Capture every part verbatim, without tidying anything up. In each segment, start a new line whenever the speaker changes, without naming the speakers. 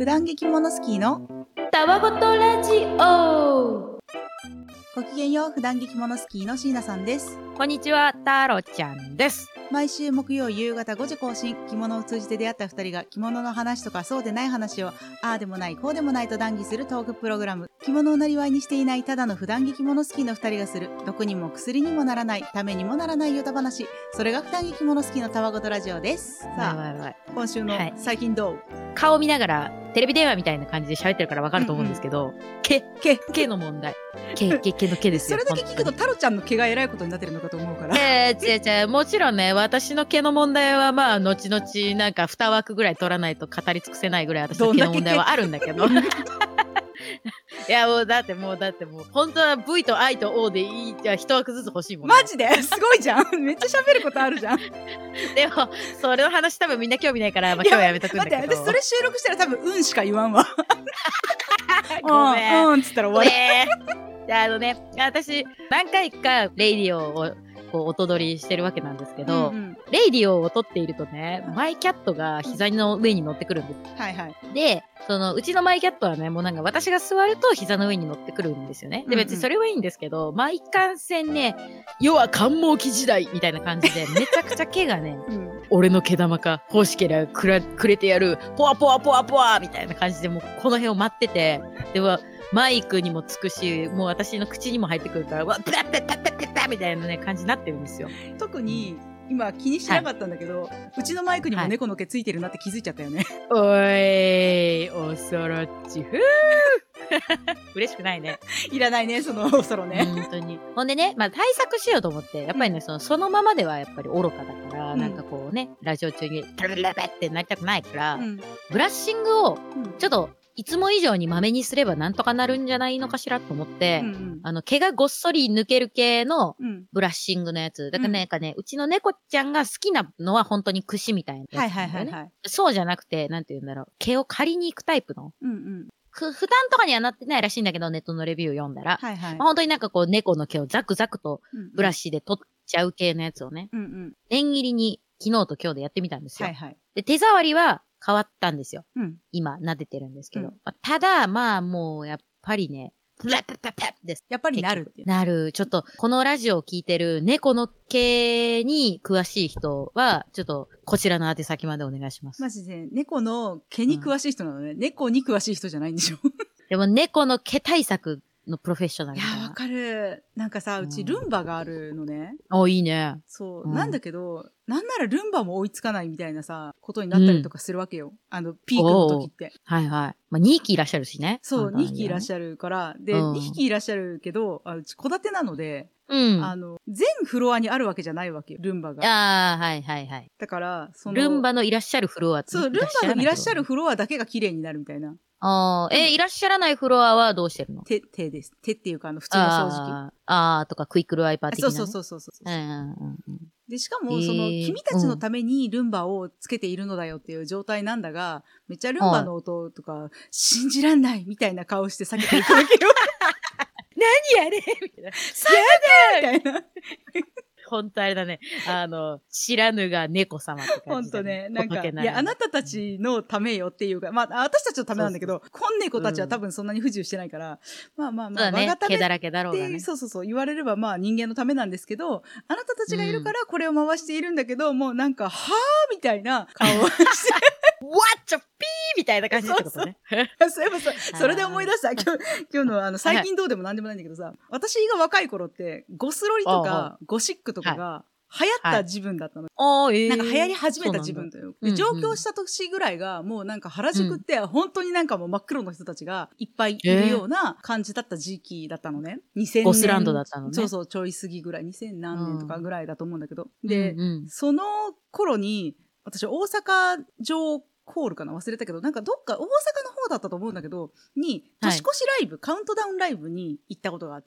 普段劇モノスキーの
たわごとラジオ。
ごきげんよう、普段劇モノスキーの椎名さんです。
こんにちは、タロちゃんです。
毎週木曜夕方ごじ更新、着物を通じて出会ったふたりが着物の話とかそうでない話をああでもないこうでもないと談義するトークプログラム。着物をなりわいにしていないただの普段劇モノスキーのふたりがする毒にも薬にもならないためにもならないヨタ話、それが普段劇モノスキーのたわごとラジオです。さあ、
わいわいわい
今週の
はい
最近どう、
顔見ながらテレビ電話みたいな感じで喋ってるからわかると思うんですけど、毛、毛、毛の問題。毛、毛、毛の毛ですよ。
それだけ聞くとタロちゃんの毛がえらいことになってるのかと思うから。
えー、違う違う、もちろんね、私の毛の問題はまあ、後々なんかに枠ぐらい取らないと語り尽くせないぐらい私の毛の問題はあるんだけど。いやもうだってもうだってもう本当は V と I と O でいいじゃいち枠ずつ欲しいもん、ね、
マジですごいじゃん。めっちゃ喋ることあるじゃん。
でもそれの話多分みんな興味ないからまあ今日はやめとくんだけど。
待って、私それ収録したら多分うんしか言わんわ。
ごめん。
うん、うんっつったら終わり。
ねえ。あのね、私何回かレイディオをこう音取りしてるわけなんですけど、うんうん、レイディオを撮っているとね、マイキャットが膝の上に乗ってくるんです。
はいはい。
で、そのうちのマイキャットはね、もうなんか私が座ると膝の上に乗ってくるんですよね。で、別にそれはいいんですけど、うんうん、まあ一貫線ね、世は寒毛期時代みたいな感じで、めちゃくちゃ毛がね、うん、俺の毛玉か、欲しけりゃくらくれてやる、ポワポワポワポワみたいな感じで、もうこの辺を待ってて、では、マイクにもつくし、もう私の口にも入ってくるから、わっ、ペッペッペッペッペッペッみたいなね、感じになってるんですよ。
特に、今気にしてなかったんだけど、はい、うちのマイクにも猫の毛ついてるなって気づいちゃったよね。
はい、おーい、おそろっちふー嬉しくないね。
いらないね、そのおそろね。
本当に。ほんでね、まあ対策しようと思って、やっぱりね、うん、その、そのままではやっぱり愚かだから、うん、なんかこうね、ラジオ中に、タルルルベってなりたくないから、うん、ブラッシングを、ちょっと、いつも以上に豆にすればなんとかなるんじゃないのかしらと思って、うんうん、あの、毛がごっそり抜ける系のブラッシングのやつ。だからね、なんかね、うちの猫ちゃんが好きなのは本当に櫛みたいなやつ、ね。はいはいはいはい。そうじゃなくて、なんて言うんだろう、毛を借りに行くタイプの。うんうん。ふ、負担とかにはなってないらしいんだけど、ネットのレビュー読んだら。はいはい。まあ、本当になんかこう、猫の毛をザクザクとブラシで取っちゃう系のやつをね。うんうん。念入りに昨日と今日でやってみたんですよ。はいはい。で、手触りは、変わったんですよ。うん、今、撫でてるんですけど。うん、ただ、まあ、もう、やっぱりね、プラプラプラです。
やっぱりなるっていう。
なる。ちょっと、このラジオを聞いてる猫の毛に詳しい人は、ちょっと、こちらの宛先までお願いします。
マジで、猫の毛に詳しい人なのね。うん、猫に詳しい人じゃないんでしょ。
でも、猫の毛対策のプロフェッショナル
いや、わかる。なんかさ、うちルンバがあるのね。
うん、お、いいね。
そう、うん。なんだけど、なんならルンバも追いつかないみたいなさ、ことになったりとかするわけよ。うん、あの、ピークの時って。
はいはい。まあ、にひきいらっしゃるしね。
そう、にひきいらっしゃるから、で、うん、にひきいらっしゃるけど、あうち戸建てなので、うん、あの、全フロアにあるわけじゃないわけよ、ルンバが。
ああ、はいはいはい。
だから、その。
ルンバのいらっしゃるフロアって。
そう、ルンバのいらっしゃるフロアだけが綺麗になるみたいな。
ああ、えー、いらっしゃらないフロアはどうしてるの？
手、手です。手っていうか、あの、普通の掃除機。
ああ、とか、クイックルワイパー的な、ね。
そうそうそうそうそう。うんうんうん、で、しかも、
えー、
その、君たちのためにルンバをつけているのだよっていう状態なんだが、めっちゃルンバの音とか、信じらんないみたいな顔して避けていくわけよ。
何やれみたいな。
やだみたいな。
ほんとあれだね。あの、知らぬが猫様って感じだ、ね。
ほんとね。なんか、いや、あなたたちのためよっていうか、まあ、私たちのためなんだけど、こん猫たちは多分そんなに不自由してないから、うん、まあまあまあ、
我がため
って、
だらけだろうがね。
そうそうそう言われればまあ人間のためなんですけど、あなたたちがいるからこれを回しているんだけど、うん、もうなんか、はぁみたいな顔をして、
わっちょピーみたいな感じってことね。
そうそうそういえばさ、それで思い出した。今日、今日のあの、最近どうでもなんでもないんだけどさ、はい、私が若い頃って、ゴスロリとか、ゴシックとかが、はい流行った自分だったの。
はい、
なんか流行り始めた自分という。で、上京した年ぐらいが、もうなんか原宿って本当になんかもう真っ黒の人たちがいっぱいいるような感じだった時期だったのね。にせんねん。
ゴスランドだったのね。
そうそう、ちょい過ぎぐらい。にせんなんねんとかぐらいだと思うんだけど。うん、で、うんうん、その頃に、私大阪城ホールかな忘れたけど、なんかどっか大阪の方だったと思うんだけど、に、年越しライブ、はい、カウントダウンライブに行ったことがあったの。はい、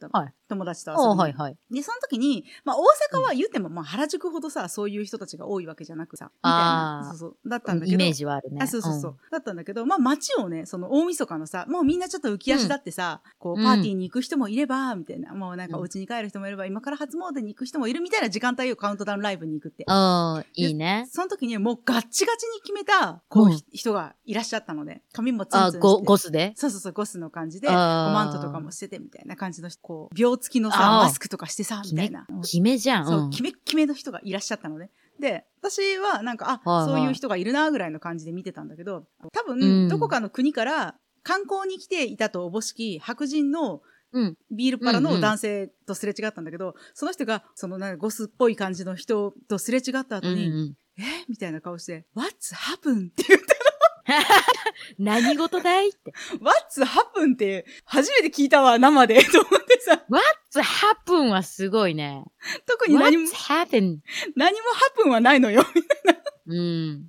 友達と遊びに。
はいはい。
で、その時に、まあ大阪は言っても、まあ原宿ほどさ、そういう人たちが多いわけじゃなくさ、みたいな。そうそう。だったんだけど。
イメージはあるね。
あ、そうそうそう。うん、だったんだけど、まあ街をね、その大晦日のさ、もうみんなちょっと浮き足立ってさ、うん、こうパーティーに行く人もいれば、みたいな。もうなんかお家に帰る人もいれば、今から初詣に行く人もいるみたいな時間帯をカウントダウンライブに行くって。
ああ、いいね。
その時にもうガッチガチに決めた、こう、うん、人がいらっしゃったので、髪もツンツンして。
あ、ゴ、ゴスで
そうそうそう、ゴスの感じで、マントとかもしててみたいな感じの、こう、秒付きのさ、マスクとかしてさ、みたいな。
決めじゃん。
そう、決め、決めの人がいらっしゃったのね。で、私はなんか、あ、はいはい、そういう人がいるな、ぐらいの感じで見てたんだけど、多分、うん、どこかの国から観光に来ていたとおぼしき白人の、うん、ビールっ腹の男性とすれ違ったんだけど、うんうん、その人が、そのなんかゴスっぽい感じの人とすれ違った後に、うんうん、えみたいな顔して、What's happened? って言ったの。
何事だいって。
What's happened? って初めて聞いたわ、生で。と思ってさ。
What's happened? はすごいね。
特に何も、
What's happened?
何も happen はないのよ、みたいな。
うん。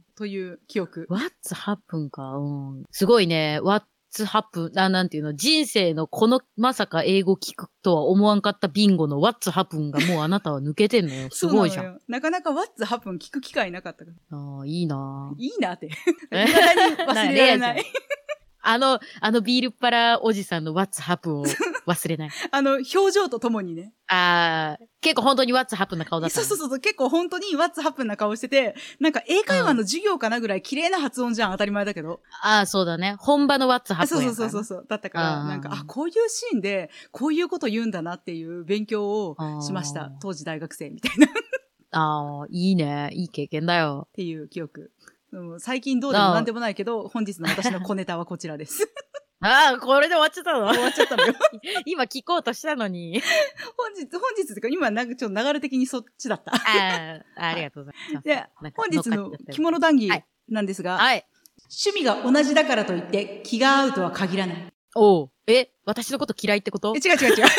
という記憶。
What's happened か。うん。すごいね。What's happened? あ、なんていうの、人生のこの、まさか英語聞くとは思わんかったビンゴの What's happened がもうあなたは抜けてんのよ。すごいじゃん。
な, なかなか What's happened 聞く機会なかったから。
ああ、いいな。
いいなって。未だに忘れられない。
あの、あのビールっ腹おじさんの What's happened を忘れない。
あの、表情とともにね。
ああ、結構本当に What's happened な顔だった。
そうそうそう、結構本当に What's happened な顔してて、なんか英会話の授業かなぐらい綺麗な発音じゃん、当たり前だけど。
ああ、そうだね。本場の What's happened
そうそうそうそう。だったから、なんか、あ、こういうシーンで、こういうこと言うんだなっていう勉強をしました。当時大学生みたいな。
ああ、いいね。いい経験だよ。
っていう記憶。最近どうでもなんでもないけど、本日の私の小ネタはこちらです。
ああ、これで終わっちゃったの
終わっちゃったのよ。
今聞こうとしたのに。
本日、本日ってか、今なんかちょっと流れ的にそっちだった。
ああ、ありがとうございます。
で、本日の着物談義なんですが、
はい、
趣味が同じだからといって気が合うとは限らない。
おう。え、私のこと嫌いってこと？
え、違う違う違う。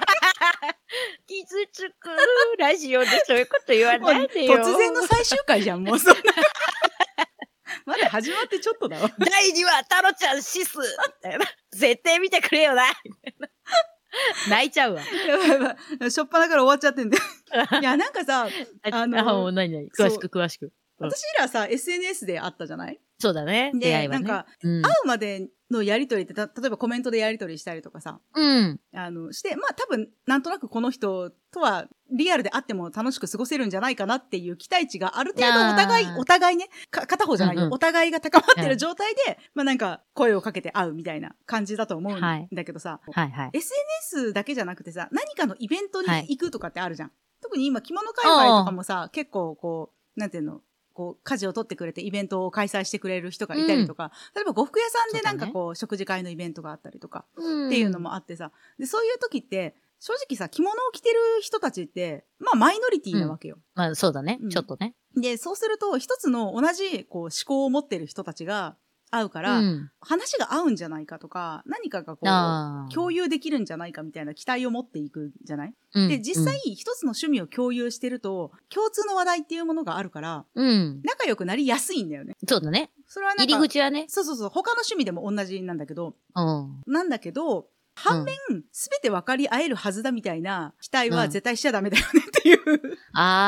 傷つくラジオでそういうこと言わないでよ。
突然の最終回じゃん、もうそんな。まだ始まってちょっとだわ。
だいにわ、タロちゃんシス絶対見てくれよな泣いちゃうわ。
やばいやばい。しょっぱなから終わっちゃってんで。いや、なんかさ、
あの、あ、もう何々詳しく詳しく。
私らさ、エスエヌエス で会ったじゃない？
そうだね。
で、出会いはね、なんか、うん、会うまでのやりとりって、た、例えばコメントでやりとりしたりとかさ、
うん。
あの、して、まあ多分、なんとなくこの人とは、リアルで会っても楽しく過ごせるんじゃないかなっていう期待値がある程度お互い、お互いね、か片方じゃないよ、うんうん。お互いが高まってる状態で、うん、まあなんか、声をかけて会うみたいな感じだと思うんだけどさ、
はいはいはい、
エスエヌエス だけじゃなくてさ、何かのイベントに行くとかってあるじゃん。はい、特に今、着物界隈とかもさ、結構こう、なんていうの、こう、舵を取ってくれてイベントを開催してくれる人がいたりとか、うん、例えば呉服屋さんでなんかこう、食事会のイベントがあったりとか、っていうのもあってさ、で、そういう時って、正直さ、着物を着てる人たちって、まあ、マイノリティなわけよ。
うん、まあ、そうだね、うん。ちょっとね。
で、そうすると、一つの同じ、こう、思考を持ってる人たちが、会うから、うん、話が合うんじゃないかとか、何かがこう、共有できるんじゃないかみたいな期待を持っていくんじゃない、うん、で、実際、一つの趣味を共有してると、共通の話題っていうものがあるから、
うん、
仲良くなりやすいんだよね。
そうだね。
それはなんか、
入り口はね。
そうそうそう。他の趣味でも同じなんだけど、
うん、
なんだけど、反面、すべ、うん、て分かり合えるはずだみたいな期待は絶対しちゃダメだよねっていう、うん。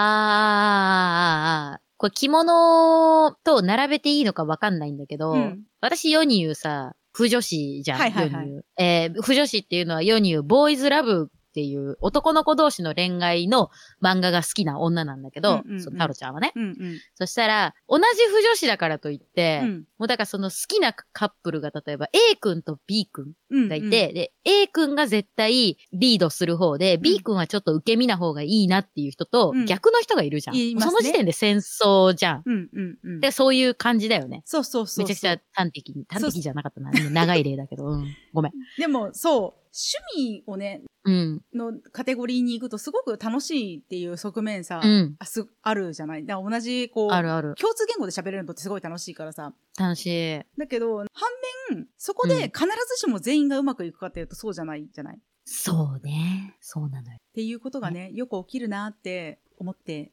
あー、これ着物と並べていいのか分かんないんだけど、うん、私世に言うさ、腐女子じゃん。
はいはいはい。
世に言う。えー、腐女子っていうのは世に言うボーイズラブっていう男の子同士の恋愛の漫画が好きな女なんだけど、うんうんうん、そのタロちゃんはね、
うんうん。
そしたら、同じ腐女子だからといって、うん、もうだからその好きなカップルが例えば A 君と B 君がいて、うんうん、で、A 君が絶対リードする方で、うん、B 君はちょっと受け身な方がいいなっていう人と、うん、逆の人がいるじゃん、ね。その時点で戦争じゃん。
うんうんうん、
で、そういう感じだよね。
そうそうそうそう。
めちゃくちゃ端的に、端的じゃなかったな。長い例だけど、うん。ごめん。
でも、そう。趣味をね、
うん、
のカテゴリーに行くとすごく楽しいっていう側面さ、
うん、
あ, すあるじゃない。だから同じこう
あるある
共通言語で喋れるのってすごい楽しいからさ。
楽しい。
だけど反面そこで必ずしも全員がうまくいくかっていうとそうじゃないじゃない。
そうね。そうなのよ。
っていうことがね、よく起きるなって思って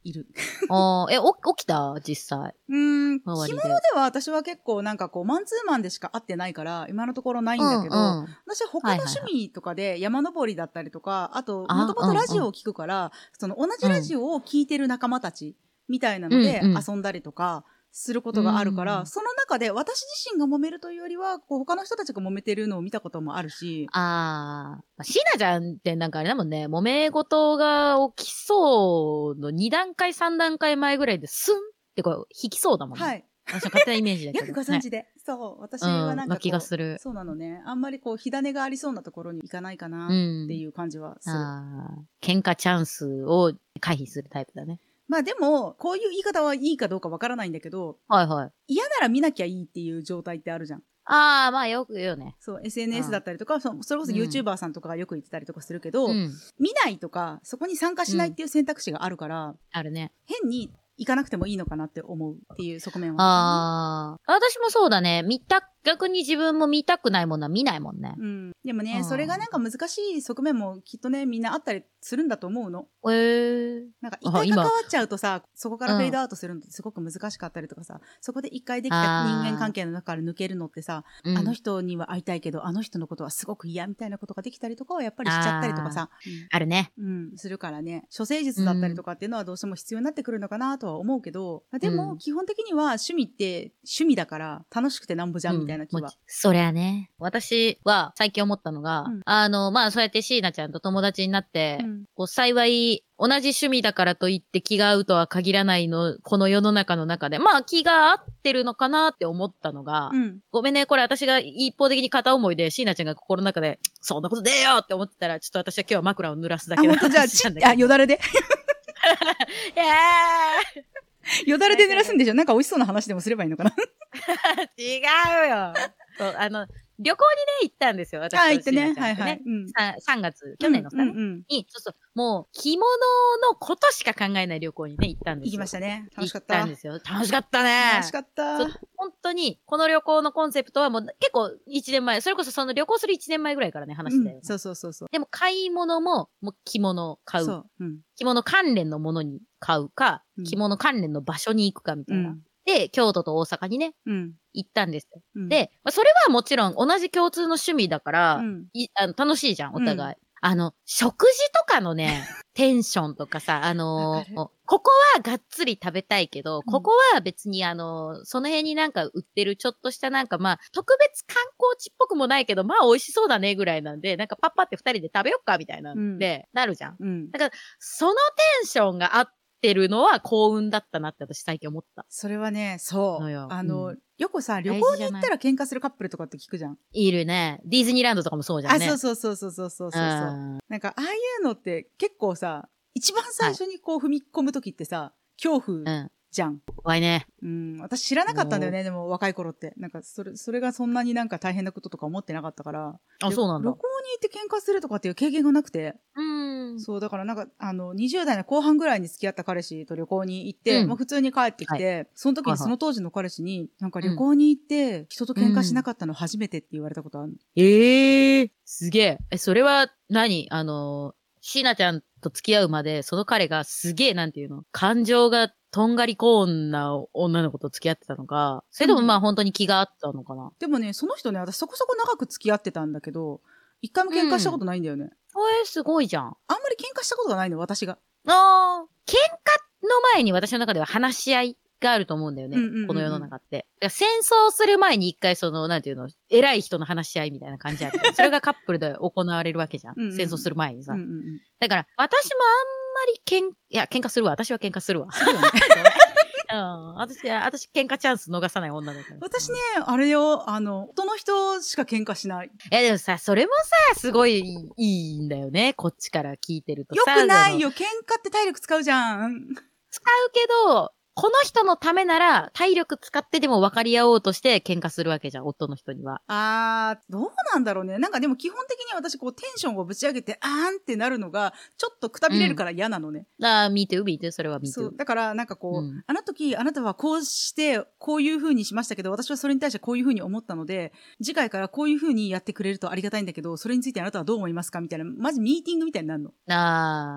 いる。
ああ、え、お、起きた実際。
うーん。着物では私は結構なんかこう、マンツーマンでしか会ってないから、今のところないんだけど、うんうん、私は他の趣味とかで山登りだったりとか、はいはいはい、あと、もともとラジオを聞くから、うんうん、その同じラジオを聞いてる仲間たちみたいなので遊んだりとか、することがあるから、うんうん、その中で私自身が揉めるというよりは、こう他の人たちが揉めてるのを見たこともあるし。
ああ、椎名ちゃんってなんかあれだもんね、揉め事が起きそうのに段階さん段階前ぐらいでスンってこう引きそうだもんね。はい。私の勝手なイメージだけど。
よくご存知で、ね。そう、私はなんかこう、うん、
気がする。
そうなのね。あんまりこう火種がありそうなところに行かないかなっていう感じはする。うん、
ああ、喧嘩チャンスを回避するタイプだね。
まあでも、こういう言い方はいいかどうかわからないんだけど、
はいはい。
嫌なら見なきゃいいっていう状態ってあるじゃん。
ああ、まあよく言うよね。
そう、エスエヌエス だったりとか、そ, それこそ YouTuber さんとかがよく言ってたりとかするけど、うん、見ないとか、そこに参加しないっていう選択肢があるから、うん、
あるね。
変に行かなくてもいいのかなって思うっていう側面は、ね。
ああ、私もそうだね。見た、逆に自分も見たくないものは見ないもんね。
うん。でもね、うん、それがなんか難しい側面もきっとね、みんなあったりするんだと思うの。
へえー。
なんか一回関わっちゃうとさ、そこからフェードアウトするのってすごく難しかったりとかさ、うん、そこで一回できた人間関係の中から抜けるのってさ、あ, あの人には会いたいけど、あの人のことはすごく嫌みたいなことができたりとかはやっぱりしちゃったりとかさ。
あ,、うん、あるね。
うん、するからね。処世術だったりとかっていうのはどうしても必要になってくるのかなとは思うけど、でも、基本的には趣味って趣味だから楽しくてなんぼじゃんみたいな気は。うん、
そりゃね。私は最近思ったのが、うん、あの、まあ、そうやって椎名ちゃんと友達になって、うん、こう幸い同じ趣味だからといって気が合うとは限らないの、この世の中の中で、まあ気が合ってるのかなって思ったのが、うん、ごめんね、これ私が一方的に片思いで椎名ちゃんが心の中で、そんなことねえよって思ってたら、ちょっと私は今日は枕を濡らすだけだったんだけど。
じゃあ、ちあ、よだれで
いや
ーよだれで濡らすんでしょ？なんか美味しそうな話でもすればいいのかな
違うよ。そう、あの、旅行にね、行ったんですよ。私と椎名ちゃんとね。あ、行ってね。はいはい。うん、さんがつ、去年のさ、うんうんうん、に、そうそう、もう、着物のことしか考えない旅行にね、行ったんですよ。
行きましたね。楽しかった。
行ったんですよ。楽しかったね。
楽しかった。
そう、本当に、この旅行のコンセプトはもう結構いちねんまえ、それこそその旅行するいちねんまえぐらいからね、話して、
うん。そうそうそうそう。
でも買い物も、もう着物を買う。そう。うん、着物関連のものに買うか、うん、着物関連の場所に行くかみたいな。うんで、京都と大阪にね、うん、行ったんですよ。うん、で、まあ、それはもちろん同じ共通の趣味だから、うん、いあの楽しいじゃん、お互い。うん、あの、食事とかのね、テンションとかさ、あのー、ここはがっつり食べたいけど、ここは別にあのー、その辺になんか売ってるちょっとしたなんかまあ、特別観光地っぽくもないけど、まあ美味しそうだねぐらいなんで、なんかパッパって二人で食べよっかみたいなんで、うん、なるじゃん。うん、だから、そのテンションがあって、てるのは幸運だったなって私最近思った。
それはね、そう。あの、うん、よくさ、旅行に行ったら喧嘩するカップルとかって聞くじゃん。
いるね。ディズニーランドとかもそうじゃんね。
あ、そうそうそうそうそうそうそう。なんか、ああいうのって結構さ、一番最初にこう踏み込むときってさ、はい、恐怖じゃん。
怖いね。
うん。私知らなかったんだよね、でも若い頃って。なんか、それ、それがそんなになんか大変なこととか思ってなかったから。
あ、そうなんだ。
旅行に行って喧嘩するとかっていう経験がなくて。
うん。
そう、だからなんか、あの、にじゅう代の後半ぐらいに付き合った彼氏と旅行に行って、うん、まあ普通に帰ってきて、はい、その時にその当時の彼氏に、なんか旅行に行って、人と喧嘩しなかったの初めてって言われたことあるの。うん、
ええー、すげえ。え、それは何あの、椎名ちゃんと付き合うまで、その彼がすげえ、なんていうの感情がとんがりコーンな女の子と付き合ってたのか、それともまあ本当に気があったのかな。
でもね、その人ね、私そこそこ長く付き合ってたんだけど、一回も喧嘩したことないんだよね。うん
えー、すごいじゃん。
あんまり喧嘩したことがないの、私が。
ああ、喧嘩の前に私の中では話し合いがあると思うんだよね。うんうんうんうん、この世の中って。戦争する前に一回その、なんていうの、偉い人の話し合いみたいな感じある。それがカップルで行われるわけじゃん。うんうん、戦争する前にさ。うんうんうん、だから、私もあんまり喧、いや、喧嘩するわ。私は喧嘩するわ。するよね。うん、私は、私喧嘩チャンス逃さない女だから。
私ね、あれよ、あの、夫の人しか喧嘩しない。い
や、でもさ、それもさ、すごいいいんだよね。こっちから聞いてるとさ。
よくないよ。喧嘩って体力使うじゃん。
使うけど、この人のためなら体力使ってでも分かり合おうとして喧嘩するわけじゃん、夫の人には。
あー、どうなんだろうね。なんかでも基本的に私こうテンションをぶち上げてあーんってなるのがちょっとくたびれるから嫌なのね。
うん、あー、見て、見て、それは見て。
そう。だからなんかこう、うん、あの時あなたはこうしてこういう風にしましたけど、私はそれに対してこういう風に思ったので、次回からこういう風にやってくれるとありがたいんだけど、それについてあなたはどう思いますかみたいな、マジミーティングみたいになるの。
あー。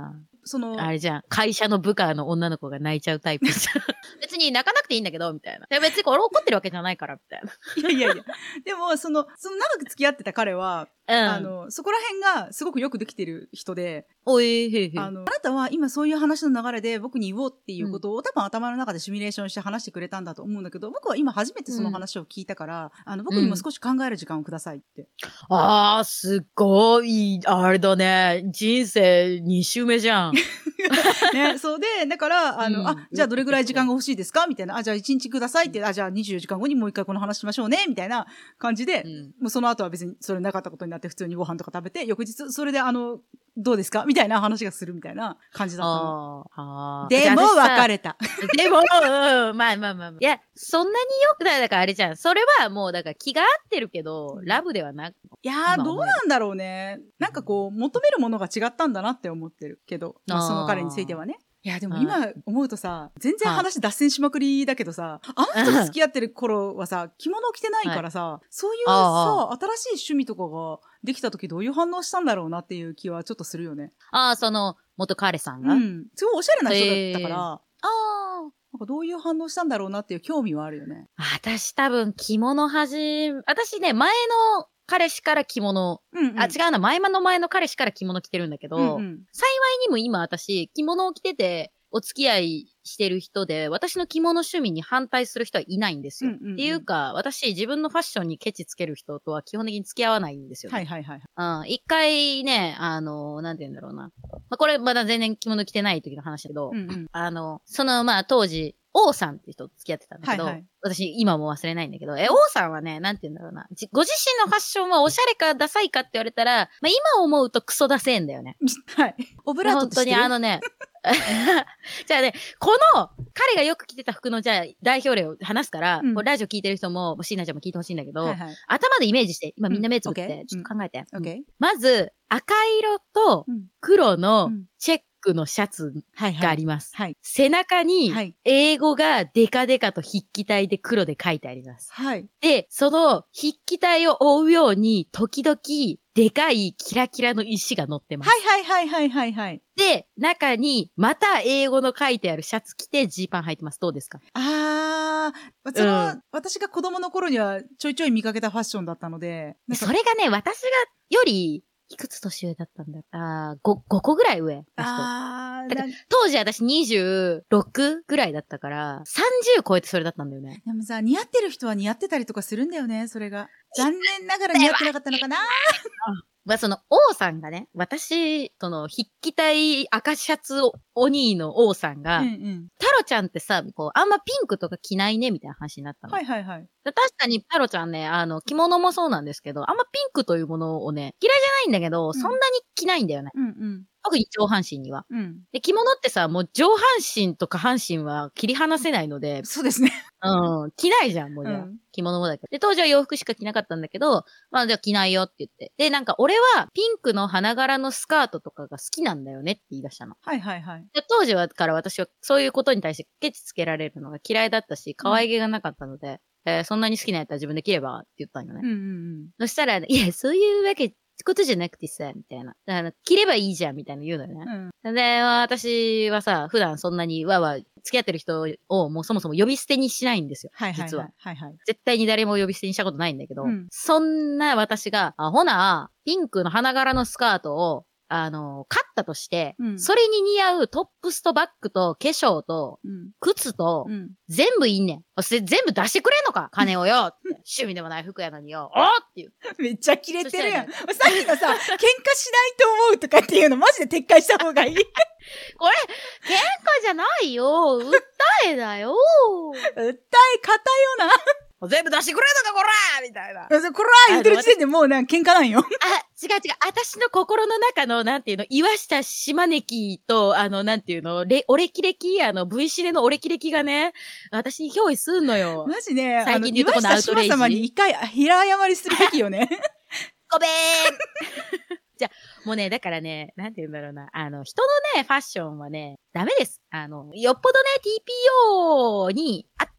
その、
あれじゃん。会社の部下の女の子が泣いちゃうタイプじゃん。別に泣かなくていいんだけど、みたいな。別に俺怒ってるわけじゃないから、みたいな。
いやいやいや。でも、その、その長く付き合ってた彼は、うん、あの、そこら辺がすごくよくできてる人で、
おえー、へーへー。
あの、あなたは今そういう話の流れで僕に言おうっていうことを、うん、多分頭の中でシミュレーションして話してくれたんだと思うんだけど、僕は今初めてその話を聞いたから、うん、あの、僕にも少し考える時間をくださいって。うん、
あー、すっごい、あれだね。人生に周目じゃん。
ね、そうで、だから、あの、うん、あ、じゃあどれぐらい時間が欲しいですかみたいな。あ、じゃあいちにちくださいって、あ、じゃあにじゅうよじかんごにもう一回この話しましょうねみたいな感じで、うん、もうその後は別にそれなかったことになって普通にご飯とか食べて、翌日それであの、どうですかみたいな話がするみたいな感じだったの。あでも別れた。
でも、うん、まあまあまあ。いや、そんなによくない。だからあれじゃん。それはもう、だから気が合ってるけど、ラブではなく。
いやー、どうなんだろうね。なんかこう、求めるものが違ったんだなって思ってるけど、まあ、その彼についてはね。いや、でも今思うとさ、全然話脱線しまくりだけどさ、あの人と付き合ってる頃はさ、着物を着てないからさ、そういうさ、新しい趣味とかができた時どういう反応したんだろうなっていう気はちょっとするよね。
ああ、その、元彼さんが、
うん。すごいおしゃれな人だったから、ああ、なんかどういう反応したんだろうなっていう興味はあるよね。
私多分着物はじ、私ね、前の彼氏から着物、うんうん、あ、違うな、前の前の彼氏から着物着てるんだけど、うんうん、幸いにも今私、着物を着てて、お付き合いしてる人で、私の着物趣味に反対する人はいないんですよ。うんうんうん、っていうか、私自分のファッションにケチつける人とは基本的に付き合わないんですよ、ね。
はいはいはい。
うん。一回ね、あの、なんて言うんだろうな。まあ、これまだ全然着物着てない時の話だけど、うんうん、あの、そのまあ当時、王さんって人と付き合ってたんだけど、はいはい、私今も忘れないんだけど、え、王さんはね、なんて言うんだろうな。ご自身のファッションはおしゃれかダサいかって言われたら、まあ今思うとクソダセえんだよね。
はい。オブラートとしてる。
本当にあのね、じゃあね、この、彼がよく着てた服の、じゃあ、代表例を話すから、うん、これラジオ聞いてる人も、椎名ちゃんも聞いてほしいんだけど、はいはい、頭でイメージして、今みんな目つぶって、うん、ちょっと考えて。
うん、
まず、赤色と黒のチェックのシャツがあります。はいはい、背中に、英語がデカデカと筆記体で黒で書いてあります。はい、で、その筆記体を覆うように、時々、でかいキラキラの石が乗ってます。
はいはいはいはいはいはい。
で、中に、また英語の書いてあるシャツ着てジーパン履いてます。どうですか？
あー、その、うん、私が子供の頃にはちょいちょい見かけたファッションだったので。
それがね、私がより、いくつ年上だったんだあー、ご、ごこぐらい上。あー。当時私にじゅうろくぐらいだったから、さんじゅう超えてそれだったんだよね。
でもさ、似合ってる人は似合ってたりとかするんだよね、それが。残念ながら似合ってなかったのかな
まあ、その、王さんがね、私、その、筆記体赤シャツお兄の王さんが、うんうん、タロちゃんってさ、こう、あんまピンクとか着ないね、みたいな話になったの。
はいはいはい。
確かにタロちゃんね、あの、着物もそうなんですけど、あんまピンクというものをね、嫌いじゃないんだけど、うん、そんなに着ないんだよね。うんうん、特に上半身には、うん。で、着物ってさ、もう上半身と下半身は切り離せないので。
そうですね。
うん。着ないじゃん、もうじゃあ。うん、着物もだけど。で、当時は洋服しか着なかったんだけど、まあじゃあ着ないよって言って。で、なんか俺はピンクの花柄のスカートとかが好きなんだよねって言い出したの。
はいはいはい。
で、当時はから私はそういうことに対してケチつけられるのが嫌いだったし、可愛げがなかったので、うん、えー、そんなに好きなやったら自分で着ればって言ったんよね。うんうんうん。そしたら、いや、そういうわけ、ことじゃなくてさ、みたいな。だから、着ればいいじゃん、みたいな言うのよね。うん、で、私はさ、普段そんなにわわ、付き合ってる人をもうそもそも呼び捨てにしないんですよ。はいはいはい、実は。はいはい。絶対に誰も呼び捨てにしたことないんだけど、うん、そんな私が、あ、ほな、ピンクの花柄のスカートを、あの、買ったとして、うん、それに似合うトップスとバッグと化粧と、うん、靴と、うん、全部いいねん。それ全部出してくれんのか金をよって。趣味でもない服やのによ。おって言う。
めっちゃキレてるやん。さっきのさ、喧嘩しないと思うとかっていうのマジで撤回した方がいい。これ、
喧嘩じゃないよ。訴えだよ。
訴え方よな。
全部出してくれんのか、こらみたいな。
こら言ってる時点でもうなんか喧嘩なんよ。
あ、違う違う。私の心の中の、なんていうの、岩下島根記と、あの、なんていうの、レ、オレキレキ、あの、V シネのオレキレキがね、私に憑依すんのよ。
マジね、最近で言うとこのアウトレイジ。岩下島様に一回平謝りするべきよね。
ごめーん。じゃあ、もうね、だからね、なんて言うんだろうな。あの、人のね、ファッションはね、ダメです。あの、よっぽどね、ティーピーオー にあって、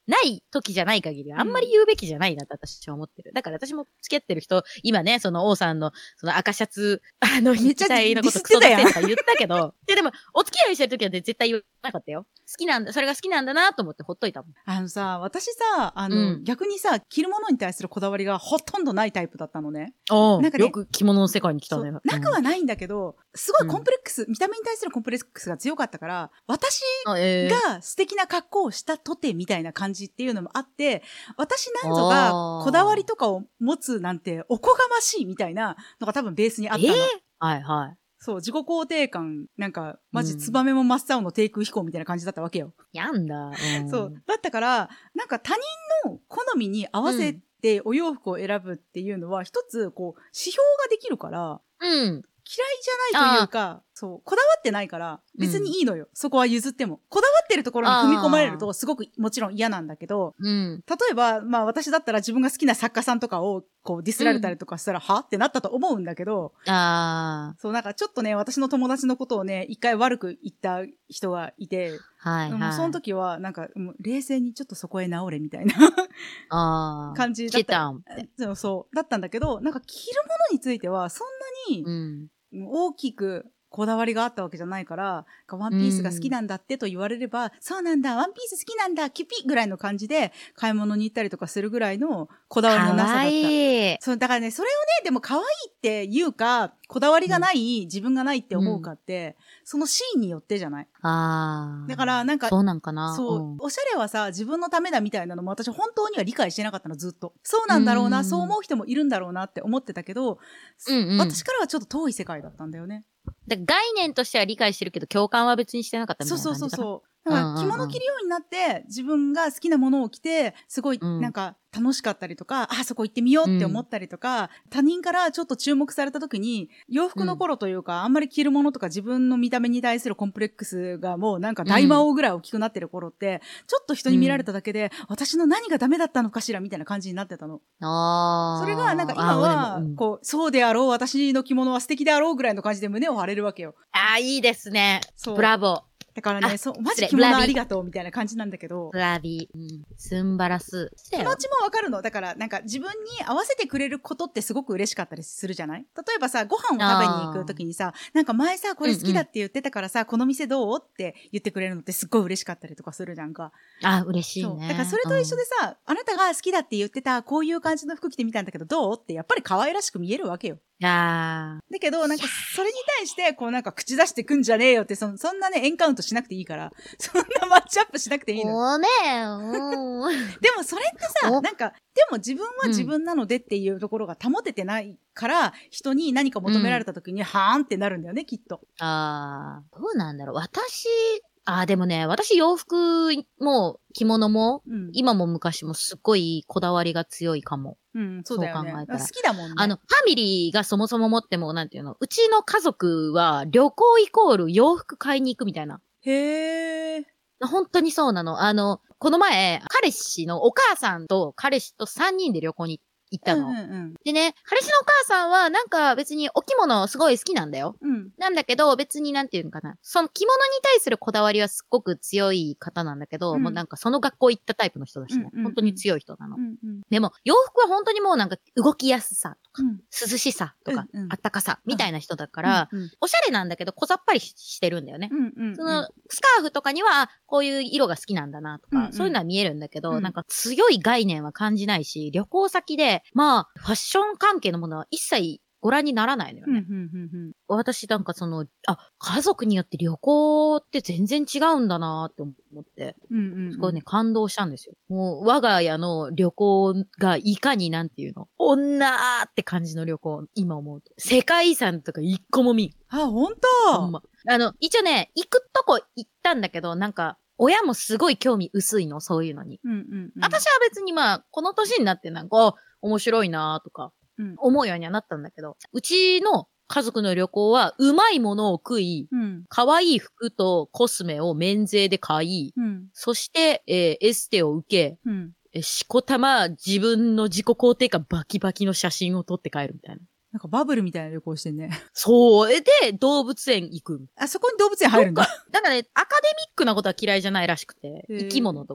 ない時じゃない限り、あんまり言うべきじゃないなって私は思ってる。だから私も付き合ってる人、今ね、その王さんの、その赤シャツ、あの、めっちゃいなことクソだってとか言ったけど、で、でも、お付き合いしてる時は絶対言わなかったよ。好きなんだ、それが好きなんだなと思ってほっといたもん。
あのさ、私さ、あの、うん、逆にさ、着るものに対するこだわりがほとんどないタイプだったのね。
ああ、なんかね、よく着物の世界に来たね。
なくはないんだけど、すごいコンプレックス、うん、見た目に対するコンプレックスが強かったから、私が素敵な格好をしたとてみたいな感じっていうのもあって、私なんぞがこだわりとかを持つなんておこがましいみたいなのが多分ベースにあったの。
えー、はいはい。そう、
自己肯定感、なんか、マジツバメも真っ青の低空飛行みたいな感じだったわけよ。
やんだ。
うん、そう。だったから、なんか他人の好みに合わせてお洋服を選ぶっていうのは、一つ、こう、指標ができるから、
うん。
嫌いじゃないというか、そう、こだわってないから、別にいいのよ。うん、そこは譲っても。こだわってるところに踏み込まれると、すごくもちろん嫌なんだけど、
うん、
例えば、まあ私だったら自分が好きな作家さんとかを、こう、ディスられたりとかしたら、うん、はってなったと思うんだけど、
あ
そう、なんかちょっとね、私の友達のことをね、一回悪く言った人がいて、
はいはい。
もうその時は、なんか、もう冷静にちょっとそこへ直れみたいな
あ
感じだった。
そう
そう、だったんだけど、なんか着るものについては、そんなに、うん大きくこだわりがあったわけじゃないから、ワンピースが好きなんだってと言われれば、うん、そうなんだ、ワンピース好きなんだ、キュピぐらいの感じで買い物に行ったりとかするぐらいのこだわりのなさだった。かわいい。そう、だからね、それをね、でも可愛いって言うか、こだわりがない、うん、自分がないって思うかって、うん、そのシーンによってじゃない？
ああ。
だからなんか、
そうなんかな。
そう、うん、おしゃれはさ、自分のためだみたいなのも私本当には理解してなかったの、ずっと。そうなんだろうな、うん、そう思う人もいるんだろうなって思ってたけど、うんうん、私からはちょっと遠い世界だったんだよね。
だ概念としては理解してるけど、共感は別にしてなかったみたいな感じかな。
そうそうそうそう。だから着物着るようになって、自分が好きなものを着て、すごいなんか楽しかったりとか、うん、あ、そこ行ってみようって思ったりとか、うん、他人からちょっと注目された時に、洋服の頃というか、うん、あんまり着るものとか自分の見た目に対するコンプレックスがもうなんか大魔王ぐらい大きくなってる頃って、ちょっと人に見られただけで、うん、私の何がダメだったのかしらみたいな感じになってたの。
あ
それがなんか今は、こう、そうであろう、私の着物は素敵であろうぐらいの感じで胸を張れるわけよ。
ああ、いいですね。ブラボー。
だからね、そう、マジ着物ありがとうみたいな感じなんだけど。
ブラビー。うん。すんばらす。
気持ちもわかるの。だから、なんか自分に合わせてくれることってすごく嬉しかったりするじゃない？例えばさ、ご飯を食べに行くときにさ、なんか前さ、これ好きだって言ってたからさ、うんうん、この店どうって言ってくれるのってすっごい嬉しかったりとかするじゃんか。
あ、嬉しいね。
そう。だからそれと一緒でさ、うん、あなたが好きだって言ってた、こういう感じの服着てみたんだけど、どうってやっぱり可愛らしく見えるわけよ。
あ
だけど、なんか、それに対して、こうなんか口出してくんじゃねえよって、そ、そんなね、エンカウントしなくていいから、そんなマッチアップしなくていいの。
ごめん。
でもそれってさ、なんか、でも自分は自分なのでっていうところが保ててないから、うん、人に何か求められた時に、うん、はーんってなるんだよね、きっと。
ああ、どうなんだろう。私、ああ、でもね、私洋服も着物も、うん、今も昔もすっごいこだわりが強いかも。
うん、そうだよね。
そう考えたら。
好きだもんね。
あの、ファミリーがそもそも持っても、なんていうの、うちの家族は旅行イコール洋服買いに行くみたいな。
へー。
本当にそうなの。あの、この前、彼氏のお母さんと彼氏とさんにんで旅行に行ったの。
うんうんうん、
でね、彼氏のお母さんはなんか別にお着物すごい好きなんだよ。
うん、
なんだけど別になんていうのかな。その着物に対するこだわりはすっごく強い方なんだけど、うん、もうなんかその学校行ったタイプの人だしね。うんうんうん、本当に強い人なの、
うんうん。
でも洋服は本当にもうなんか動きやすさとか、
うん、
涼しさとか、
うんうん、
あったかさみたいな人だから、うんうん、おしゃれなんだけど小ざっぱりしてるんだよね。
うんうんうん、
そのスカーフとかにはこういう色が好きなんだなとか、うんうん、そういうのは見えるんだけど、うん、なんか強い概念は感じないし、旅行先で、まあ、ファッション関係のものは一切ご覧にならないのよね。
うんうんうんうん、
私なんかその、あ、家族によって旅行って全然違うんだなって思って、
うんうんうん、
すごいね、感動したんですよ。もう、我が家の旅行がいかになんていうの、女ーって感じの旅行、今思うと。世界遺産とか一個も見ん。
あ、ほんと？
ほんま。あの、一応ね、行くとこ行ったんだけど、なんか、親もすごい興味薄いの、そういうのに。
うんうんうん、
私は別にまあ、この年になってなんか、面白いなーとか、うん、思うようにはなったんだけど、うちの家族の旅行は、うまいものを食い、
うん、
可愛い服とコスメを免税で買い、
うん、
そして、えー、エステを受け、
うん、
えしこたま自分の自己肯定感バキバキの写真を撮って帰るみたいな。
なんかバブルみたいな旅行してんね。
そう。で、動物園行く。
あそこに動物園入るんだ。
だからね、アカデミックなことは嫌いじゃないらしくて、生き物とか。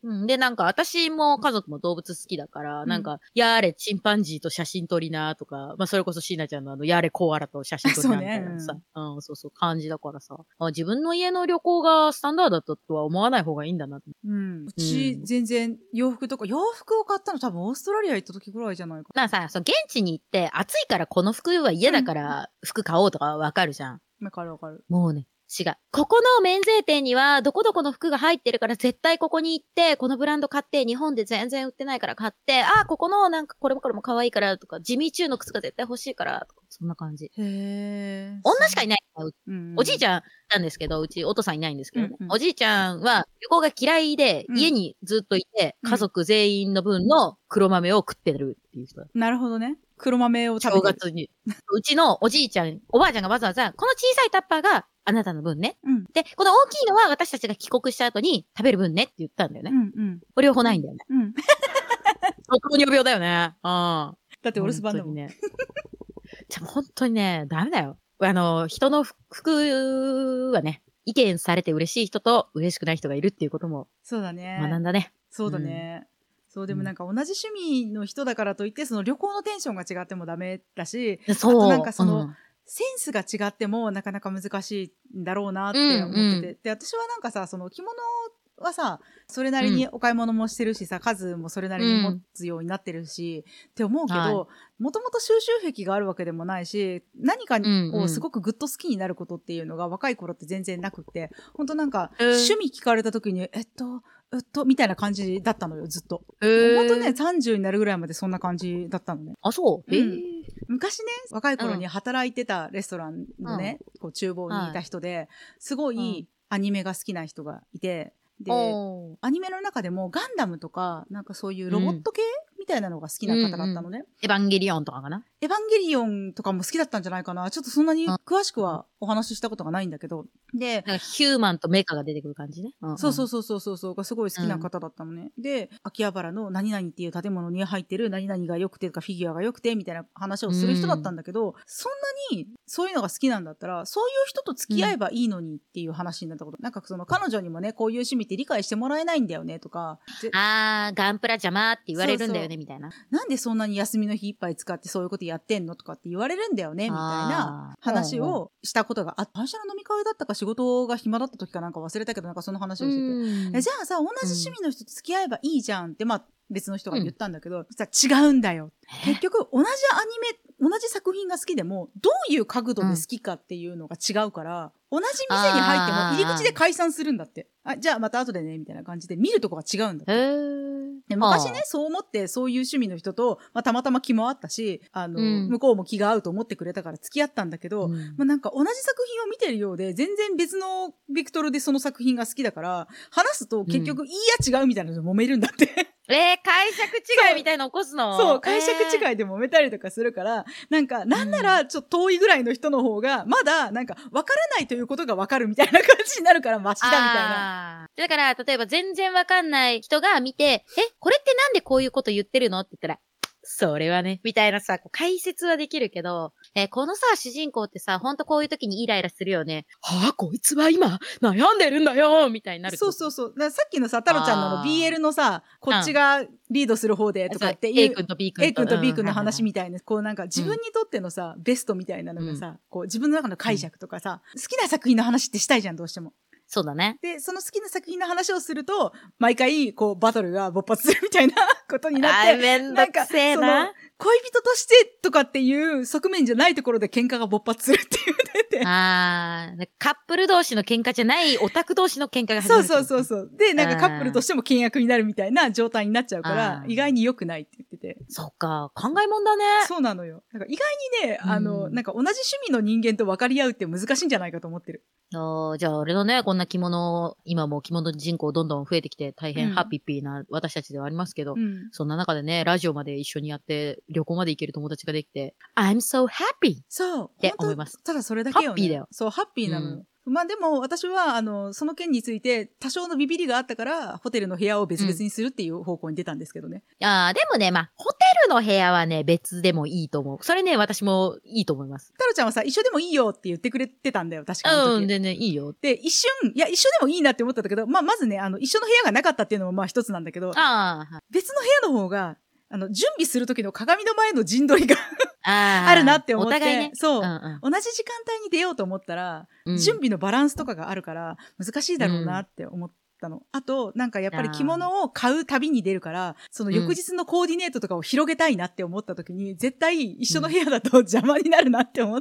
うん。で、なんか私も家族も動物好きだから、うん、なんか、やーれチンパンジーと写真撮りなとか、まあそれこそ椎名ちゃんのあの、やーれコアラと写真撮りなみたいなさ、うね、うん、そうそう感じだからさ、あ、自分の家の旅行がスタンダードだったとは思わない方がいいんだな。
うん。うち、全然洋服とか、洋服を買ったの多分オーストラリア行った時ぐらいじゃないかな。
なんかさ、そう現地に行って暑いからこの服は嫌だから服買おうとかわかるじゃん。
わかるわかる。
もうね。違う。ここの免税店には、どこどこの服が入ってるから、絶対ここに行って、このブランド買って、日本で全然売ってないから買って、ああ、ここのなんかこれもこれも可愛いからとか、ジミーチューの靴が絶対欲しいからとか、そんな感じ。
へー。
女しかいない。うんうん、おじいちゃんなんですけど、うちお父さんいないんですけどね。うんうん、おじいちゃんは旅行が嫌いで、うん、家にずっといて、家族全員の分の黒豆を食ってるっていう人だ。
なるほどね。黒豆を食べてる。
正月に。うちのおじいちゃん、おばあちゃんがわざわざ、この小さいタッパーがあなたの分ね。うん、で、この大きいのは私たちが帰国した後に食べる分ねって言ったんだよね。うんうん。これ両方ないんだよね。うん。糖尿病だよね。うん。だ
ってお留守番だもん
ね。じゃあ本当にね、ダメだよ。あの、人の服はね、意見されて嬉しい人と嬉しくない人がいるっていうことも。
そうだね。
学んだね。
そうだね。うんそう、でもなんか同じ趣味の人だからといって、その旅行のテンションが違ってもダメだし、そう。あとなんかその、うん、センスが違ってもなかなか難しいんだろうなって思ってて、うんうん、で、私はなんかさ、その着物はさ、それなりにお買い物もしてるしさ、うん、数もそれなりに持つようになってるし、うん、って思うけど、もともと収集癖があるわけでもないし、何かをすごくぐっと好きになることっていうのが若い頃って全然なくって、ほんとなんか、趣味聞かれた時に、えっと、えっと、みたいな感じだったのよ、ずっと。ほんとね、さんじゅうになるぐらいまでそんな感じだったのね。
あ、そう、うん、
昔ね、若い頃に働いてたレストランのね、うん、こう厨房にいた人で、はい、すごいアニメが好きな人がいて、で、アニメの中でもガンダムとか、なんかそういうロボット系、うん、みたいなのが好きな方だったのね、うんうん。
エヴァンゲリオンとかかな？
エヴァンゲリオンとかも好きだったんじゃないかな。ちょっとそんなに詳しくはお話ししたことがないんだけど。で、
なんかヒューマンとメカが出てくる感じね。
うんうん、そうそうそうそうそうそうがすごい好きな方だったのね。うん、で、秋葉原の何々っていう建物に入ってる何々が良くてとかフィギュアが良くてみたいな話をする人だったんだけど、うん、そんなにそういうのが好きなんだったら、そういう人と付き合えばいいのにっていう話になったこと。うん、なんかその彼女にもね、こういう趣味って理解してもらえないんだよねとか。
あー、ガンプラ邪魔って言われるんだよね。そうそうみたいな。
なんでそんなに休みの日いっぱい使ってそういうことやってんのとかって言われるんだよねみたいな話をしたことがあって、会社の飲み会だったか仕事が暇だった時かなんか忘れたけど、なんかその話をしてて、えじゃあさ同じ趣味の人と付き合えばいいじゃんって、まあ別の人が言ったんだけど、うん、さ違うんだよ。結局同じアニメ同じ作品が好きでもどういう角度で好きかっていうのが違うから、うん、同じ店に入っても入り口で解散するんだって。あ、じゃあまた後でねみたいな感じで見るとこが違うんだって。へーで昔ね、そう思ってそういう趣味の人と、まあ、たまたま気もあったし、あの、うん、向こうも気が合うと思ってくれたから付き合ったんだけど、うん、まあ、なんか同じ作品を見てるようで、全然別のベクトルでその作品が好きだから、話すと結局、うん、いいや違うみたいなので揉めるんだって。
えー、解釈違いみたいなの起こすの？
そう、解釈違いで揉めたりとかするから、えー、なんか、なんならちょっと遠いぐらいの人の方が、まだ、なんか、わからないということがわかるみたいな感じになるから、マシだみたいな。
だから、例えば全然わかんない人が見て、え、これってなんでこういうこと言ってるのって言ったら、それはね、みたいなさ、解説はできるけど、えー、このさ、主人公ってさ、ほんとこういう時にイライラするよね。はぁ、こいつは今、悩んでるんだよみたいになる。
そうそうそう。だからさっきのさ、太郎ちゃんの ビーエル のさ、こっちがリードする方でとかっていう、
A 君と B 君と。
A 君と B 君の話みたいな、こうなんか自分にとってのさ、うん、ベストみたいなのがさ、こう自分の中の解釈とかさ、うん、好きな作品の話ってしたいじゃん、どうしても。
そうだね。
で、その好きな作品の話をすると、毎回、こう、バトルが勃発するみたいなことになって。
あ、めんどくせえな。
恋人としてとかっていう側面じゃないところで喧嘩が勃発するっていう出て。
ああ、カップル同士の喧嘩じゃないオタク同士の喧嘩が始
まる。そうそうそうそう。で、なんかカップルとしても倹約になるみたいな状態になっちゃうから、意外に良くないって言ってて。
そっか、考えもんだね。
そうなのよ。なんか意外にね、あの、なんか同じ趣味の人間と分かり合うって難しいんじゃないかと思ってる。
あじゃああれだね、こんな着物、今も着物人口どんどん増えてきて大変ハッピーピーな私たちではありますけど、うん、そんな中でね、ラジオまで一緒にやって旅行まで行ける友達ができて、I'm so happy!
そう。
って思います。
ただそれだけよ、ね。
ハッピーだよ。
そう、ハッピーなのよ。うんまあでも私はあのその件について多少のビビりがあったからホテルの部屋を別々にするっていう方向に出たんですけどね。
うん、ああ、でもね、まあホテルの部屋はね別でもいいと思う。それね私もいいと思います。
太郎ちゃんはさ一緒でもいいよって言ってくれてたんだよ確かに。
うん全然いいよ。
で一瞬いや一緒でもいいなって思ったんだけど、まあまずねあの一緒の部屋がなかったっていうのもまあ一つなんだけど、
ああ、
別の部屋の方があの準備する時の鏡の前の陣取りがあ, あるなって思って、お互いね、そう、うんうん、同じ時間帯に出ようと思ったら、うん、準備のバランスとかがあるから難しいだろうなって思ったの、うん、あとなんかやっぱり着物を買う旅に出るからその翌日のコーディネートとかを広げたいなって思った時に、うん、絶対一緒の部屋だと邪魔になるなって思って、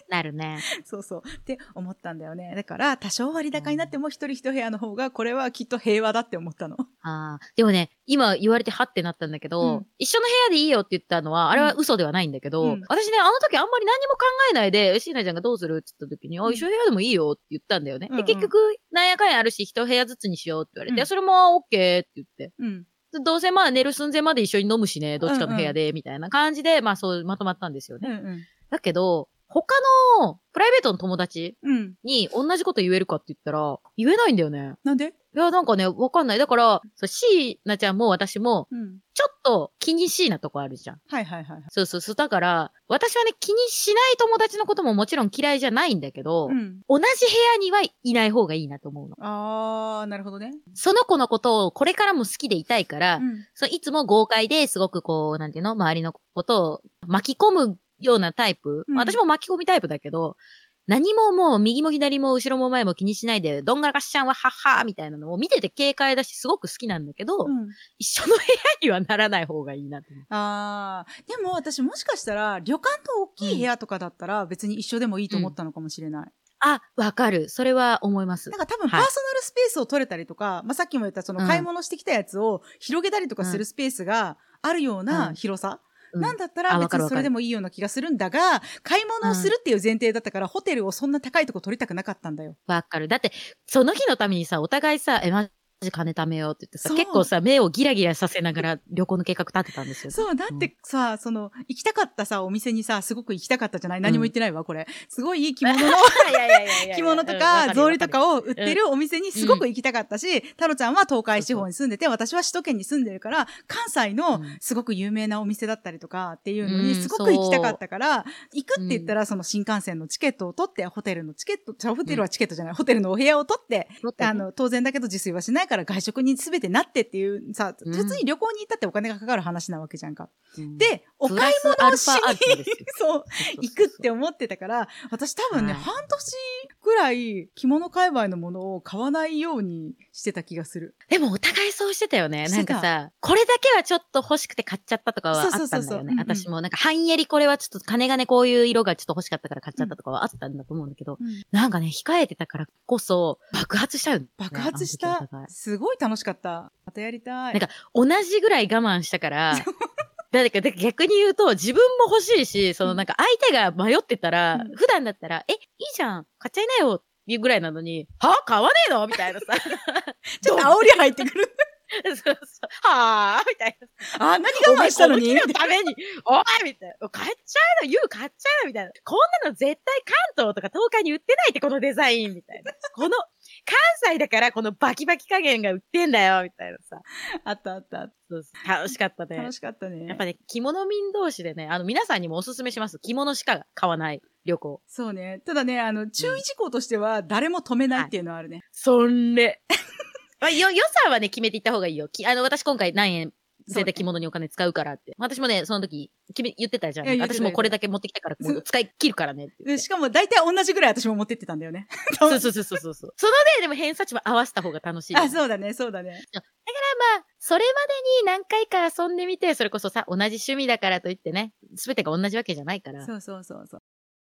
うん、なるね
そうそうって思ったんだよね。だから多少割高になっても一人一部屋の方がこれはきっと平和だって思ったの。
ああ、でもね今言われてはってなったんだけど、うん、一緒の部屋でいいよって言ったのはあれは嘘ではないんだけど、うん、私ねあの時あんまり何も考えないで椎名ちゃんがどうするって言った時に、うん、あ一緒の部屋でもいいよって言ったんだよね、うんうん、で結局なんやかんやあるし一部屋ずつにしようって言われて、うん、それもオッケーって言って、うん、どうせまあ寝る寸前まで一緒に飲むしねどっちかの部屋で、うんうん、みたいな感じでまあそうまとまったんですよね、うんうん、だけど他のプライベートの友達に同じこと言えるかって言ったら言えないんだよね。
なんで？
いや、なんかね、わかんない。だから、そう、椎名ちゃんも私も、ちょっと気にしいなとこあるじゃん。
はいはいはい。
そうそうそう。だから、私はね、気にしない友達のことももちろん嫌いじゃないんだけど、うん、同じ部屋にはいない方がいいなと思うの。
あー、なるほどね。
その子のことをこれからも好きでいたいから、うん、そういつも豪快ですごくこう、なんていうの、周りのことを巻き込むようなタイプ。うん、私も巻き込みタイプだけど、何ももう右も左も後ろも前も気にしないで、どんがらかしちゃんははっはーみたいなのを見てて軽快だしすごく好きなんだけど、うん、一緒の部屋にはならない方がいいなって。
あー、でも私もしかしたら旅館の大きい部屋とかだったら別に一緒でもいいと思ったのかもしれない。うん、
あ、わかる。それは思います。
なんか多分パーソナルスペースを取れたりとか、はい、まあ、さっきも言ったその買い物してきたやつを広げたりとかするスペースがあるような広さ。うんうん、なんだったら別にそれでもいいような気がするんだが、買い物をするっていう前提だったから、うん、ホテルをそんな高いとこ取りたくなかったんだよ。
わかる。だって、その日のためにさ、お互いさ、え、マジ金貯めようって言ってさ、結構さ、目をギラギラさせながら旅行の計画立てたんですよ。
そう、だってさ、うん、その、行きたかったさ、お店にさ、すごく行きたかったじゃない？何も言ってないわ、これ。すごい着物の、着物とか、草履とかを売ってるお店にすごく行きたかったし、うん、太郎ちゃんは東海地方に住んでて、私は首都圏に住んでるから、関西のすごく有名なお店だったりとかっていうのにすごく行きたかったから、うん、行くって言ったら、その新幹線のチケットを取って、ホテルのチケット、ホテルはチケットじゃない、ホテルのお部屋を取って、うん、あの、当然だけど自炊はしないから外食にすべてなってっていうさ、うん、別に旅行に行ったってお金がかかる話なわけじゃんか。うん、で、お買い物をしにそう、行くって思ってたから、私多分ね、はい、半年ぐらい着物界隈のものを買わないようにしてた気がする。
でもお互いそうしてたよね。なんかさ、これだけはちょっと欲しくて買っちゃったとかはあったんだよね。そうそうそうそう、私もなんか半襟これはちょっと金がねこういう色がちょっと欲しかったから買っちゃったとかはあったんだと思うんだけど、うん、なんかね、控えてたからこそ爆発しちゃう、ね。
爆発した。すごい楽しかった。またやりたい。
なんか同じぐらい我慢したから、だから逆に言うと自分も欲しいし、そのなんか相手が迷ってたら、うん、普段だったら、え、いいじゃん、買っちゃいなよっていうぐらいなのに、は買わねえのみたいなさ。
ちょっと煽り入ってくる。
そうそう。はぁみたい
な。あ、何我慢したのに
お前このために、おいみたいな。買っちゃうの言う買っちゃうのみたいな。こんなの絶対関東とか東海に売ってないってこのデザインみたいな。この、関西だからこのバキバキ加減が売ってんだよみたいなさ。
あったあった。
そうそう楽しかったね。
楽しかったね。
やっぱね、着物民同士でね、あの皆さんにもおすすめします。着物しか買わない旅行。
そうね。ただね、あの、注意事項としては誰も止めないっていうのはあるね。はい、
そんれ。よ、予算はね、決めていった方がいいよ。きあの、私今回何円、絶対着物にお金使うからって。私もね、その時、決め、言ってたじゃん。私もこれだけ持ってきたから、もう使い切るからねって。
しかも大体同じぐらい私も持ってってたんだよね。
そうそうそうそうそう。そのね、でも偏差値も合わせた方が楽しい、
ね。あ、そうだね、そうだね。
だからまあ、それまでに何回か遊んでみて、それこそさ、同じ趣味だからといってね、すべてが同じわけじゃないから。
そうそうそうそう。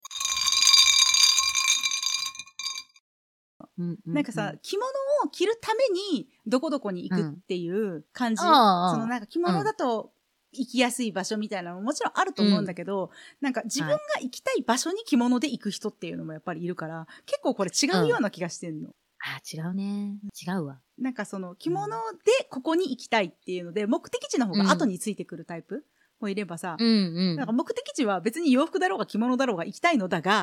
うんうんうん、なんかさ、着物を着るためにどこどこに行くっていう感じ、うん、そのなんか着物だと行きやすい場所みたいなのももちろんあると思うんだけど、うん、なんか自分が行きたい場所に着物で行く人っていうのもやっぱりいるから結構これ違うような気がしてんの。
うん、あ違うね。違うわ。
なんかその着物でここに行きたいっていうので目的地の方が後についてくるタイプもいればさ、
うんうん、
なんか目的地は別に洋服だろうが着物だろうが行きたいのだが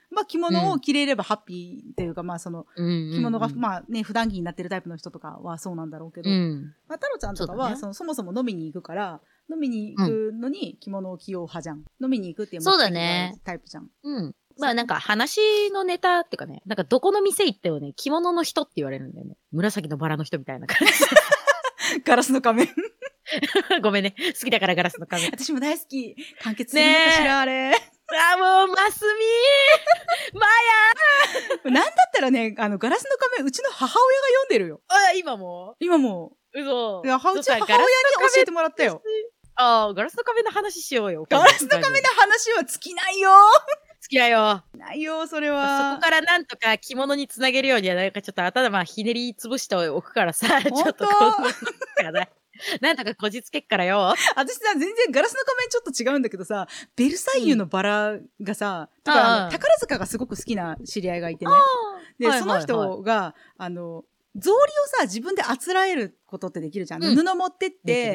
まあ着物を着れればハッピーっていうか、うん、まあその、着物が、まあね、普段着になってるタイプの人とかはそうなんだろうけど、うん、まあ太郎ちゃんとかは、そ, ね、そのそもそも飲みに行くから、飲みに行くのに着物を着よう派じゃん。飲みに行くっていう目的があるタイプじゃん。
うん。まあなんか話のネタっていうかね、なんかどこの店行ってもね、着物の人って言われるんだよね。紫のバラの人みたいな感じ。
ガラスの仮面。
ごめんね。好きだからガラスの仮面。
私も大好き。完結するのかしら、あれ。
あ、もう、マスミーマ
ヤなんだったらね、あの、ガラスの仮面、うちの母親が読んでるよ。
あ、今も
今も。
嘘。
いや、うちの母親に教えてもらったよ。
ああ、ガラスの仮面の話しようよ。
ガラスの仮面の話は尽きないよ。
好きだよ。
ないよ、それは。
そこからなんとか着物につなげるようには、なんかちょっと頭ひねり潰しておくからさ、ちょっとこう、なんとかこじつけっからよ。
私さ、全然ガラスの仮面ちょっと違うんだけどさ、ベルサイユのバラがさ、うん、とかあの宝塚がすごく好きな知り合いがいてね。で、はいはいはい、その人が、あの、草履をさ、自分であつらえることってできるじゃん。うん、布持ってって、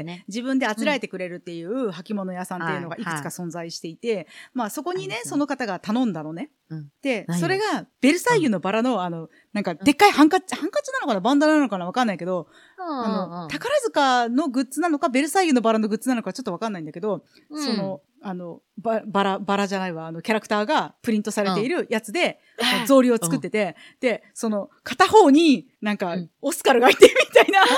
ね、自分であつらえてくれるっていう履物屋さんっていうのがいくつか存在していて、はいはい、まあそこにね、その方が頼んだのね。うん、で、それが、ベルサイユのバラの、あの、なんか、でっかいハンカチ、ハンカチなのかなバンダナなのかなわかんないけど、うん、あの、宝塚のグッズなのか、ベルサイユのバラのグッズなのかちょっとわかんないんだけど、うん、その、あの、ババラ、バラじゃないわ、あの、キャラクターがプリントされているやつで、うん、草履を作ってて、うん、で、その、片方になんか、オスカルがいてるみたいな。あー、やだ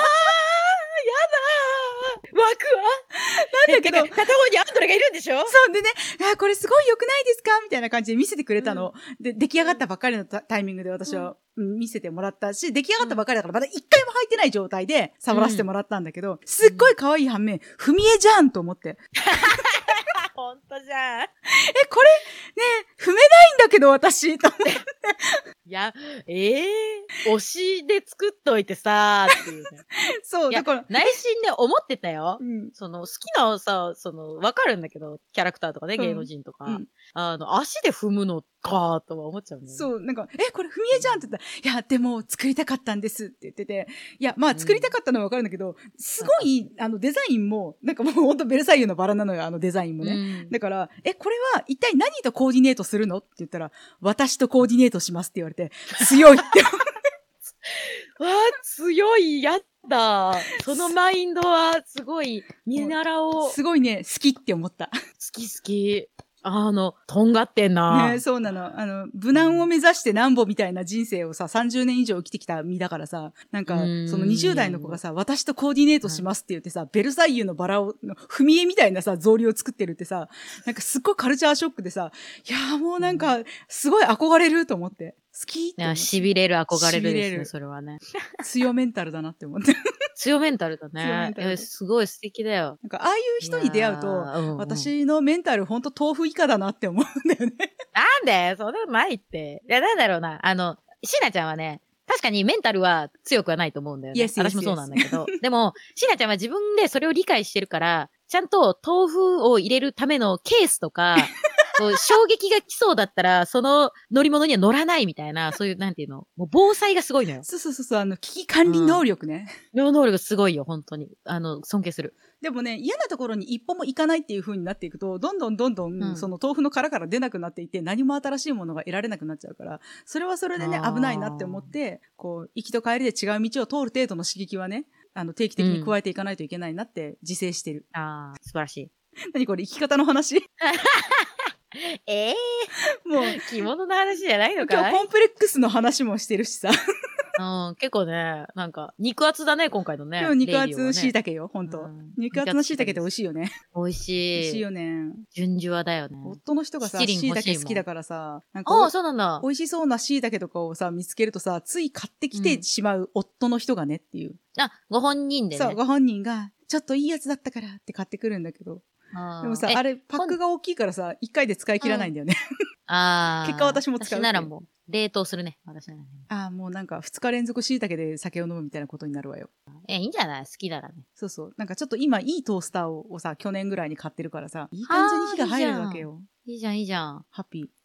ーワクワ
なんだけど、
片方にアンドレがいるんでしょ
そうでね、あ、これすごい良くないですかみたいな感じで見せてくれたの。うん、で、出来上がったばっかりのタイミングで私は、うん、見せてもらったし、出来上がったばっかりだからまだ一回も履いてない状態で触らせてもらったんだけど、うん、すっごい可愛い反面、踏み絵じゃんと思って。
ほんとじゃん。え、
これ、ね、踏めないんだけど、私、と思って。
いや、ええー、推しで作っといてさーっていう、ね。
そう、だから。
内心で思ってたよ。うん、その、好きなさ、その、わかるんだけど、キャラクターとかね、芸能人とか。うん、あの、足で踏むのかーとは思っちゃうんだよね。
そう、なんか、え、これ踏み絵じゃんって言ったら、いや、でも、作りたかったんですって言ってて、いや、まあ、作りたかったのはわかるんだけど、うん、すごい、あの、デザインも、なんかもうほんとベルサイユのバラなのよ、あのデザインもね。うん、だから、え、これは一体何とコーディネートするのって言ったら、私とコーディネートしますって言われて、強いって。
わあ、強い、やったそのマインドは、すごい、見習おう。
すごいね、好きって思った。好
き好き。あの、とんがってんな。
ね、そうなの。あの、無難を目指してなんぼみたいな人生をさ、さんじゅうねん以上生きてきた身だからさ、なんか、そのにじゅう代の子がさ、私とコーディネートしますって言ってさ、ベルサイユのバラを、踏み絵みたいなさ、草履を作ってるってさ、なんかすっごいカルチャーショックでさ、いやーもうなんか、すごい憧れると思って。好きって。
痺れる憧れるですね、それはね。
強メンタルだなって思って。
強メンタルだね。え、すごい素敵だよ。
なんか、ああいう人に出会うと、うんうん、私のメンタルほんと豆腐以下だなって思うんだよね。
なんでそんなことないって。いや、なんだろうな。あの、しなちゃんはね、確かにメンタルは強くはないと思うんだよね。Yes, yes, yes. 私もそうなんだけど。でも、しなちゃんは自分でそれを理解してるから、ちゃんと豆腐を入れるためのケースとか、衝撃が来そうだったら、その乗り物には乗らないみたいな、そういう、なんていうの、もう防災がすごいのよ。
そうそうそう、あの、危機管理能力ね。
うん、能力すごいよ、本当に。あの、尊敬する。
でもね、嫌なところに一歩も行かないっていう風になっていくと、どんどんどんどん、うん、その豆腐の殻から出なくなっていって、何も新しいものが得られなくなっちゃうから、それはそれでね、危ないなって思って、こう、行きと帰りで違う道を通る程度の刺激はね、あの、定期的に加えていかないといけないなって自制してる。
うん、ああ、素晴らしい。
何これ、生き方の話
ええー、もう、着物の話じゃないのかい？
今日コンプレックスの話もしてるしさ。
うん、結構ね、なんか、肉厚だね、今回のね。
今日肉厚椎茸よ、ほんと。うん、肉厚の椎茸って美味しいよね。
美味しい。
美味しいよね。
順々だよね。
夫の人がさ、椎茸好きだからさ、
なんか、ああ、そうなんだ。
美味しそうな椎茸とかをさ、見つけるとさ、つい買ってきてしまう夫の人がねっていう。
うん、あ、ご本人でね。
そう、ご本人が、ちょっといいやつだったからって買ってくるんだけど。でもさ、あれ、パックが大きいからさ、一回で使い切らないんだよね。うん、ああ。結果私も使う。
私ならもう、冷凍するね。私ならね。
ああ、もうなんか、二日連続椎茸で酒を飲むみたいなことになるわよ。
え、いいんじゃない？好きならね。
そうそう。なんかちょっと今、いいトースターをさ、去年ぐらいに買ってるからさ、いい感じに火が入るわけよ。
いいじゃん、いいじゃん。
ハッピー。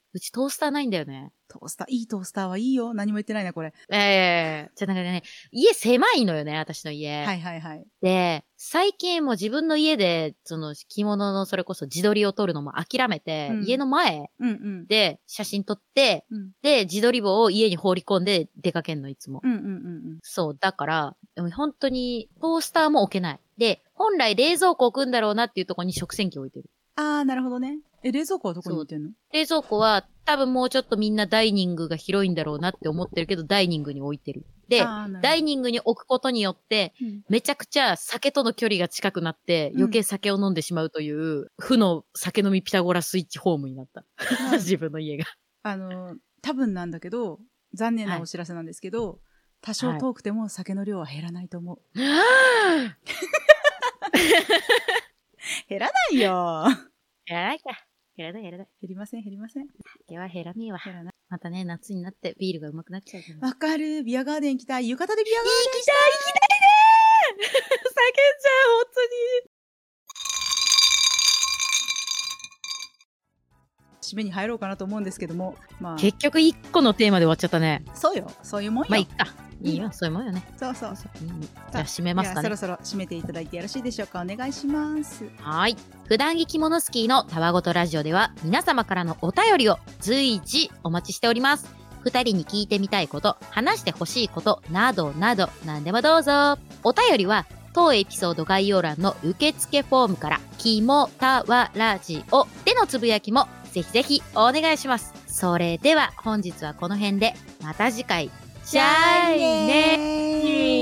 うちトースターないんだよね。
トースター、いいトースターはいいよ。何も言ってないな、これ。
ええー、じゃあなんかね、家狭いのよね、私の家。
はいはいはい。
で、最近もう自分の家で、その着物のそれこそ自撮りを撮るのも諦めて、うん、家の前で写真撮って、うん、で、自撮り棒を家に放り込んで出かけんの、いつも。
うんうんうんうん、
そう、だから、でも本当にトースターも置けない。で、本来冷蔵庫置くんだろうなっていうところに食洗機置いてる。
あー、なるほどね。え、冷蔵庫はどこに置いてんの？
冷蔵庫は多分もうちょっとみんなダイニングが広いんだろうなって思ってるけど、ダイニングに置いてる。で、ダイニングに置くことによって、うん、めちゃくちゃ酒との距離が近くなって、余計酒を飲んでしまうという、うん、負の酒飲みピタゴラスイッチホームになった。うん、自分の家が。
あの、多分なんだけど、残念なお知らせなんですけど、はい、多少遠くても酒の量は減らないと思う。
はい、
減らないよ。
減らないか。減らない減らない。
減りません減りません。
酒は減らねえわ。減らない。またね、夏になってビールがうまくなっちゃうけど。
わかる。ビアガーデン行きたい。浴衣でビアガーデン
行きたい行きたいねー叫んじゃう、本当に。
締めに入ろうかなと思うんですけども。まあ、
結局一個のテーマで終わっちゃったね。
そうよ。そういうもんよ。
まあいいか。いいよ、そういうもんよね。
そうそうそう。
じゃあ締めますかね。
そろそろ締めていただいてよろしいでしょうか。お願いします。
はい。普段着着物スキーのたわごとラジオでは皆様からのお便りを随時お待ちしております。二人に聞いてみたいこと、話してほしいことなどなど何でもどうぞ。お便りは当エピソード概要欄の受付フォームからきもたわラジオでのつぶやきもぜひぜひお願いします。それでは本日はこの辺でまた次回。じゃあねー。